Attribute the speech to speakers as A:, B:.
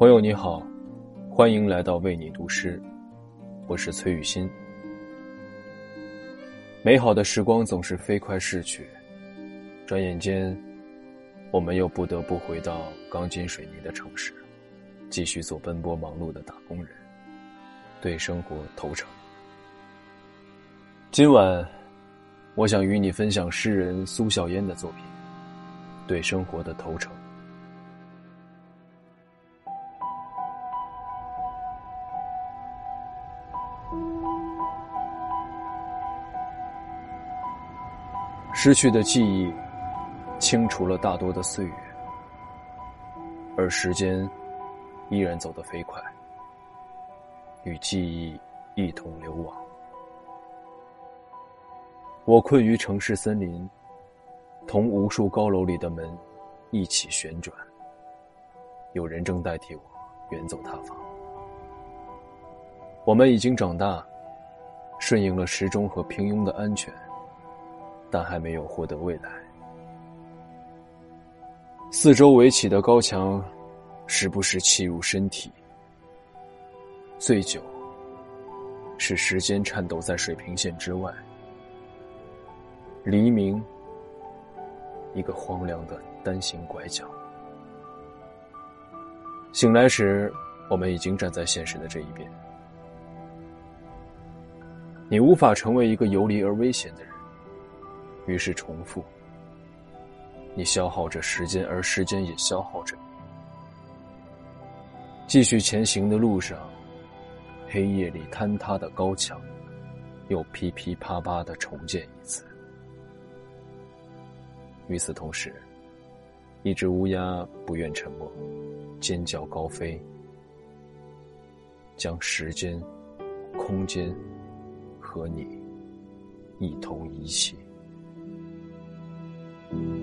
A: 朋友你好，欢迎来到为你读诗，我是崔雨欣。美好的时光总是飞快逝去，转眼间我们又不得不回到钢筋水泥的城市，继续做奔波忙碌的打工人，对生活投诚。今晚我想与你分享诗人苏小烟的作品《对生活的投诚》。失去的记忆清除了大多的岁月，而时间依然走得飞快，与记忆一同流亡。我困于城市森林，同无数高楼里的门一起旋转，有人正代替我远走他方。我们已经长大，顺应了时钟和平庸的安全，但还没有获得未来。四周围起的高墙时不时侵入身体，醉酒使时间颤抖在水平线之外。黎明，一个荒凉的单行拐角。醒来时，我们已经站在现实的这一边。你无法成为一个游离而危险的人，于是重复。你消耗着时间，而时间也消耗着你。继续前行的路上，黑夜里坍塌的高墙又噼噼啪啪地重建一次。与此同时，一只乌鸦不愿沉默，尖叫高飞，将时间、空间和你一同遗弃。